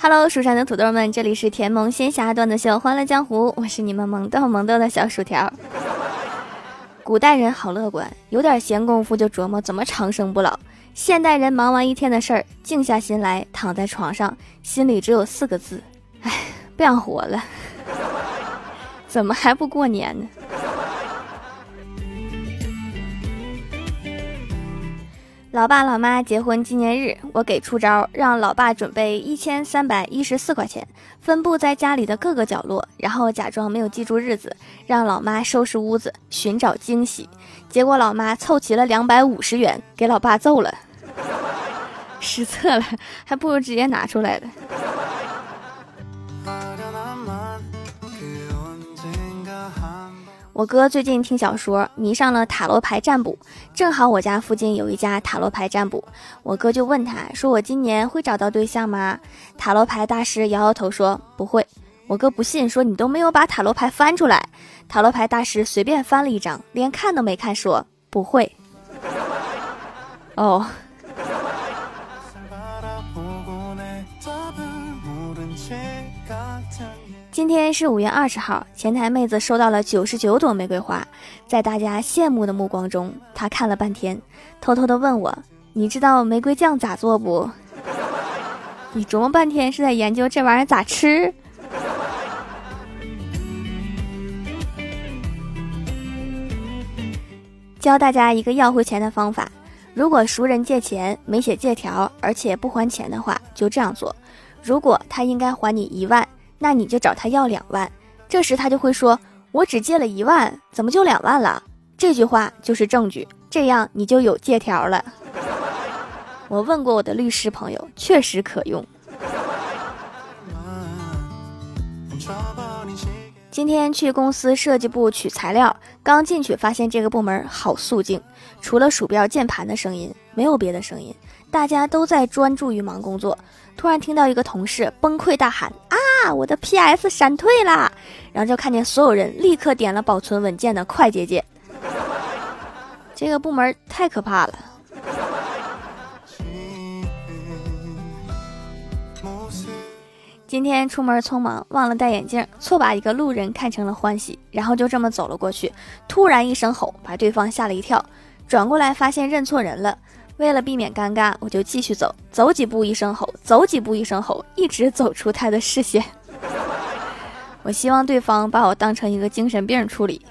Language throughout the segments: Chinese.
Hello，蜀山的土豆们，这里是甜萌仙侠段子秀欢乐江湖，我是你们萌豆萌豆的小薯条。古代人好乐观，有点闲工夫就琢磨怎么长生不老。现代人忙完一天的事儿，静下心来躺在床上，心里只有4个字：哎，不想活了。怎么还不过年呢？老爸老妈结婚纪念日，我给出招，让老爸准备1314块钱，分布在家里的各个角落，然后假装没有记住日子，让老妈收拾屋子，寻找惊喜。结果老妈凑齐了250元，给老爸揍了，失策了，还不如直接拿出来了。我哥最近听小说，迷上了塔罗牌占卜，正好我家附近有一家塔罗牌占卜，我哥就问他说：“我今年会找到对象吗？”塔罗牌大师摇摇头说：“不会。”我哥不信，说：“你都没有把塔罗牌翻出来。”塔罗牌大师随便翻了一张，连看都没看，说：“不会。”哦。今天是5月20号，前台妹子收到了99朵玫瑰花，在大家羡慕的目光中，她看了半天，偷偷地问我：“你知道玫瑰酱咋做不？”你琢磨半天是在研究这玩意儿咋吃？教大家一个要回钱的方法，如果熟人借钱没写借条，而且不还钱的话，就这样做：如果他应该还你1万，那你就找他要2万，这时他就会说：“我只借了1万，怎么就2万了？”这句话就是证据，这样你就有借条了。我问过我的律师朋友，确实可用。今天去公司设计部取材料，刚进去发现这个部门好肃静，除了鼠标键盘的声音，没有别的声音，大家都在专注于忙工作。突然听到一个同事崩溃大喊：“啊，我的 PS 闪退啦！”然后就看见所有人立刻点了保存文件的快捷键。这个部门太可怕了。今天出门匆忙，忘了戴眼镜，错把一个路人看成了欢喜，然后就这么走了过去，突然一声吼，把对方吓了一跳，转过来发现认错人了。为了避免尴尬，我就继续走，走几步一声吼，走几步一声吼，一直走出他的视线。我希望对方把我当成一个精神病处理。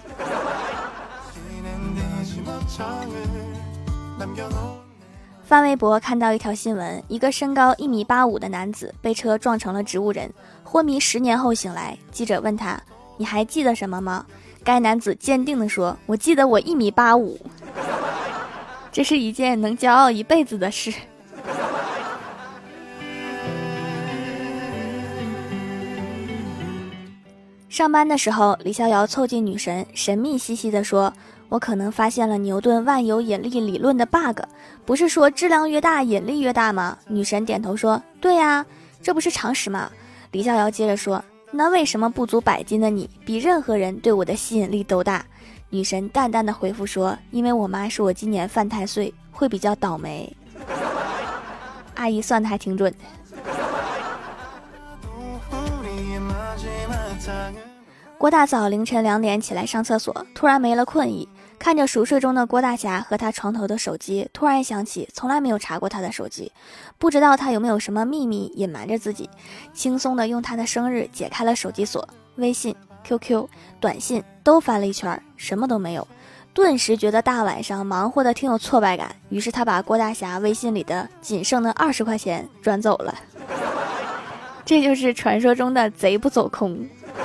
翻微博看到一条新闻，一个身高1.85米的男子被车撞成了植物人，昏迷10年后醒来。记者问他：“你还记得什么吗？”该男子坚定地说：“我记得我1.85米。”这是一件能骄傲一辈子的事。上班的时候，李逍遥凑近女神，神秘兮兮地说：“我可能发现了牛顿万有引力理论的 bug， 不是说质量越大引力越大吗？”女神点头说：“对呀，这不是常识吗？”李逍遥接着说：“那为什么不足100斤的你，比任何人对我的吸引力都大？”女神淡淡的回复说：“因为我妈说我今年犯太岁，会比较倒霉。”阿姨算的还挺准的。郭大嫂凌晨2点起来上厕所，突然没了困意，看着熟睡中的郭大侠和他床头的手机，突然想起从来没有查过他的手机，不知道他有没有什么秘密隐瞒着自己，轻松的用他的生日解开了手机锁，微信、QQ、短信都翻了一圈，什么都没有，顿时觉得大晚上忙活的挺有挫败感，于是他把郭大侠微信里的仅剩的20块钱转走了。这就是传说中的贼不走空。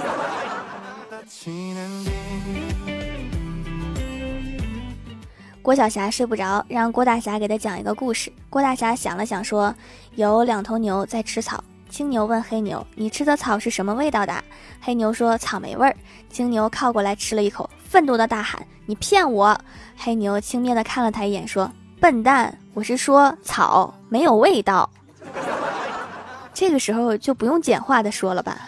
郭晓霞睡不着，让郭大侠给他讲一个故事。郭大侠想了想说：“有2头牛在吃草，青牛问黑牛：你吃的草是什么味道的？黑牛说草莓味儿。青牛靠过来吃了一口，愤怒的大喊：你骗我！黑牛轻蔑地看了他一眼说：笨蛋，我是说草没有味道。这个时候就不用简化的说了吧。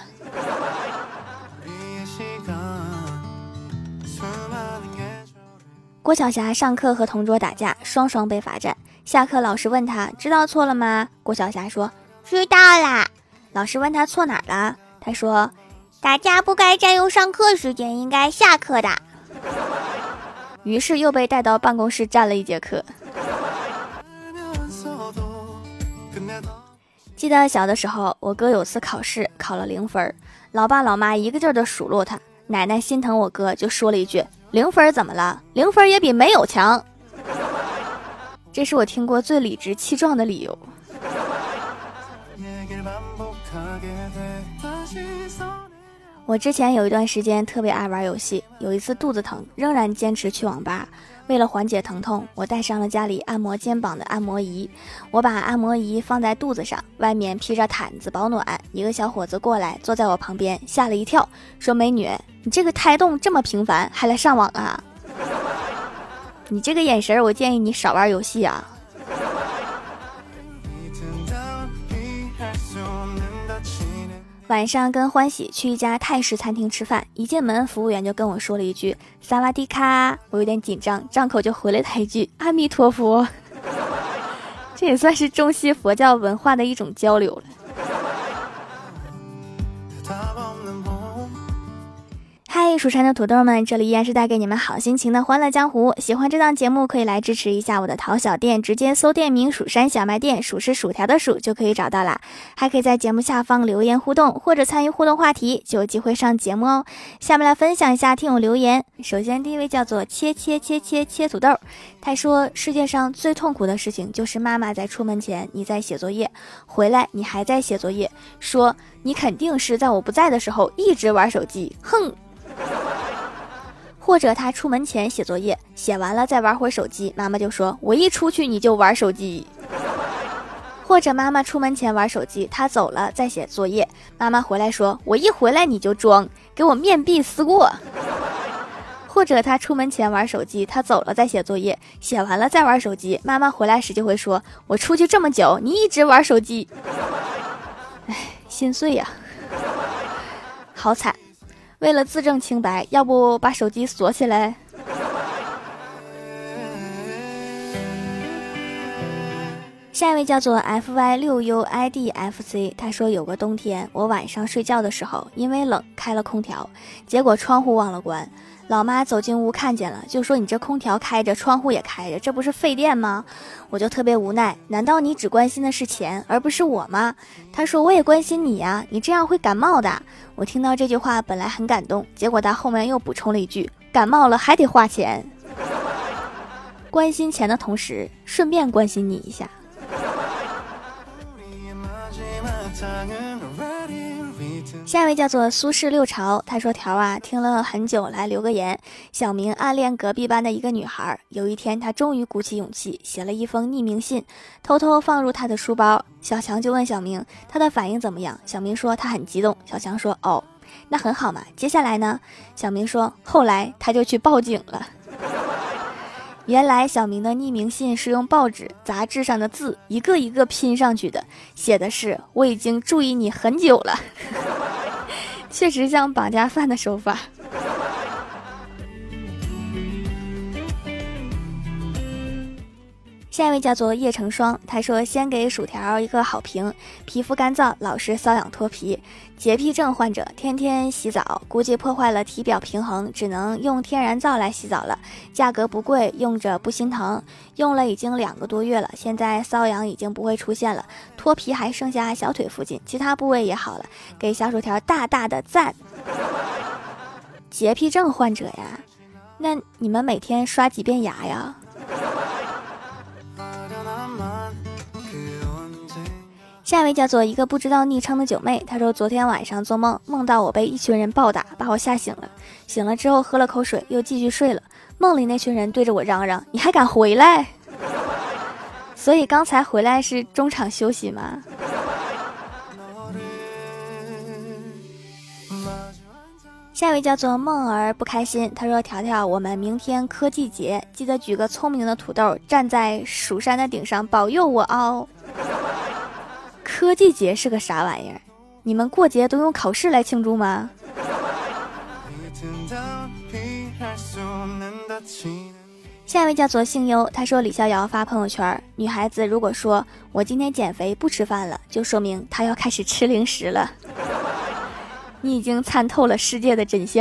郭晓霞上课和同桌打架，双被罚站。下课老师问他知道错了吗？郭晓霞说知道啦。 老师问他错哪儿了，他说大家不该占用上课时间，应该下课的。于是又被带到办公室站了一节课。记得小的时候，我哥有次考试考了0分，老爸老妈一个劲儿的数落他，奶奶心疼我哥，就说了一句：“0分怎么了？0分也比没有强。”这是我听过最理直气壮的理由。我之前有一段时间特别爱玩游戏，有一次肚子疼，仍然坚持去网吧。为了缓解疼痛，我带上了家里按摩肩膀的按摩仪。我把按摩仪放在肚子上，外面披着毯子保暖。一个小伙子过来坐在我旁边，吓了一跳，说：“美女，你这个胎动这么频繁，还来上网啊？你这个眼神，我建议你少玩游戏啊。”晚上跟欢喜去一家泰式餐厅吃饭，一进门服务员就跟我说了一句萨瓦迪卡，我有点紧张，张口就回了他一句阿弥陀佛。这也算是中西佛教文化的一种交流了。嗨，蜀山的土豆们，这里依然是带给你们好心情的欢乐江湖。喜欢这档节目可以来支持一下我的淘小店，直接搜店名蜀山小卖店，蜀是薯条的蜀就可以找到啦。还可以在节目下方留言互动，或者参与互动话题，就有机会上节目哦。下面来分享一下听友留言。首先第一位叫做切土豆，他说世界上最痛苦的事情就是妈妈在出门前你在写作业，回来你还在写作业，说你肯定是在我不在的时候一直玩手机，哼。或者他出门前写作业，写完了再玩会手机，妈妈就说我一出去你就玩手机。或者妈妈出门前玩手机，他走了再写作业，妈妈回来说我一回来你就装，给我面壁思过。或者他出门前玩手机，他走了再写作业，写完了再玩手机，妈妈回来时就会说我出去这么久你一直玩手机。唉，心碎呀，好惨。为了自证清白，要不把手机锁起来？下一位叫做 FY6UIDFC， 他说有个冬天，我晚上睡觉的时候因为冷开了空调，结果窗户忘了关。老妈走进屋看见了，就说你这空调开着，窗户也开着，这不是费电吗？我就特别无奈，难道你只关心的是钱而不是我吗？他说我也关心你呀，你这样会感冒的。我听到这句话本来很感动，结果他后面又补充了一句，感冒了还得花钱。关心钱的同时顺便关心你一下。下一位叫做苏轼六朝，他说条啊，听了很久，来留个言。小明暗恋隔壁班的一个女孩，有一天他终于鼓起勇气写了一封匿名信，偷偷放入他的书包。小强就问小明他的反应怎么样，小明说他很激动。小强说哦，那很好嘛，接下来呢？小明说后来他就去报警了。原来小明的匿名信是用报纸杂志上的字一个一个拼上去的，写的是我已经注意你很久了。确实像绑架犯的手法。下一位叫做叶成双，他说先给薯条一个好评，皮肤干燥，老是瘙痒脱皮，洁癖症患者天天洗澡，估计破坏了体表平衡，只能用天然皂来洗澡了，价格不贵，用着不心疼，用了已经2个多月了，现在瘙痒已经不会出现了，脱皮还剩下小腿附近，其他部位也好了，给小薯条大大的赞。洁癖症患者呀，那你们每天刷几遍牙呀？下一位叫做一个不知道昵称的九妹，她说昨天晚上做梦，梦到我被一群人暴打，把我吓醒了，醒了之后喝了口水，又继续睡了，梦里那群人对着我嚷嚷，你还敢回来？所以刚才回来是中场休息吗？下一位叫做梦儿不开心，他说条条，我们明天科技节，记得举个聪明的土豆站在蜀山的顶上保佑我哦。科技节是个啥玩意儿？你们过节都用考试来庆祝吗？ 下一位叫做姓优，他说李逍遥发朋友圈，女孩子如果说我今天减肥不吃饭了，就说明她要开始吃零食了。你已经参透了世界的真相。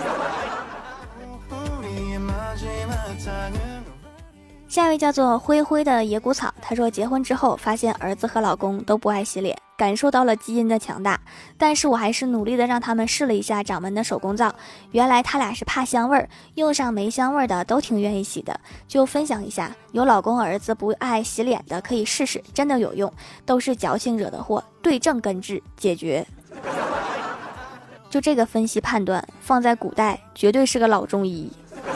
下一位叫做灰灰的野谷草，他说结婚之后发现儿子和老公都不爱洗脸，感受到了基因的强大，但是我还是努力的让他们试了一下掌门的手工皂，原来他俩是怕香味儿，用上没香味儿的都挺愿意洗的，就分享一下，有老公儿子不爱洗脸的可以试试，真的有用，都是矫情惹的祸，对症根治解决。就这个分析判断放在古代绝对是个老中医。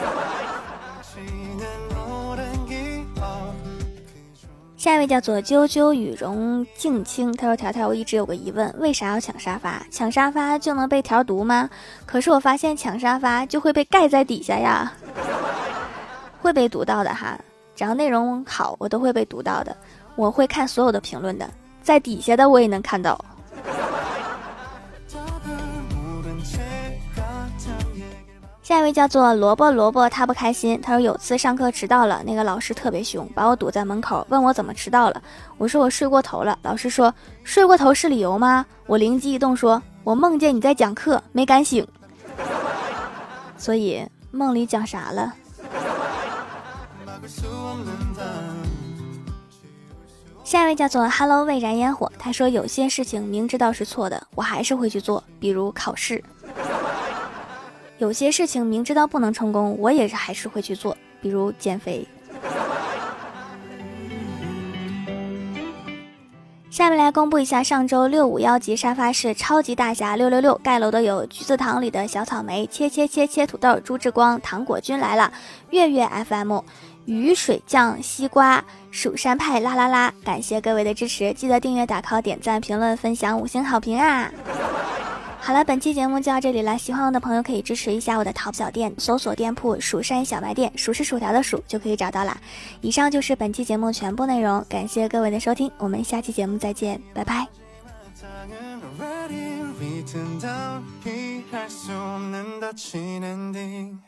下一位叫做啾啾羽绒静清，他说条条我一直有个疑问，为啥要抢沙发？抢沙发就能被条毒吗？可是我发现抢沙发就会被盖在底下呀。会被读到的哈，只要内容好我都会被读到的，我会看所有的评论的，在底下的我也能看到。下一位叫做萝卜，他不开心。他说有次上课迟到了，那个老师特别凶，把我堵在门口，问我怎么迟到了。我说我睡过头了。老师说睡过头是理由吗？我灵机一动说，我梦见你在讲课，没敢醒。所以梦里讲啥了？下一位叫做 Hello 未燃烟火，他说有些事情明知道是错的，我还是会去做，比如考试。有些事情明知道不能成功，我也还是会去做，比如减肥。下面来公布一下上周651级沙发是超级大侠666，盖楼的有橘子糖里的小草莓、切土豆、朱志光、糖果君来了、月月 FM、雨水酱西瓜、蜀山派啦啦啦，感谢各位的支持，记得订阅、打 call、点赞、评论、分享、5星好评啊！好了，本期节目就到这里了，喜欢我的朋友可以支持一下我的淘小店，搜索店铺蜀山小卖店，蜀是薯条的蜀就可以找到啦。以上就是本期节目全部内容，感谢各位的收听，我们下期节目再见，拜拜。 피할 수 없는 닫힌 엔딩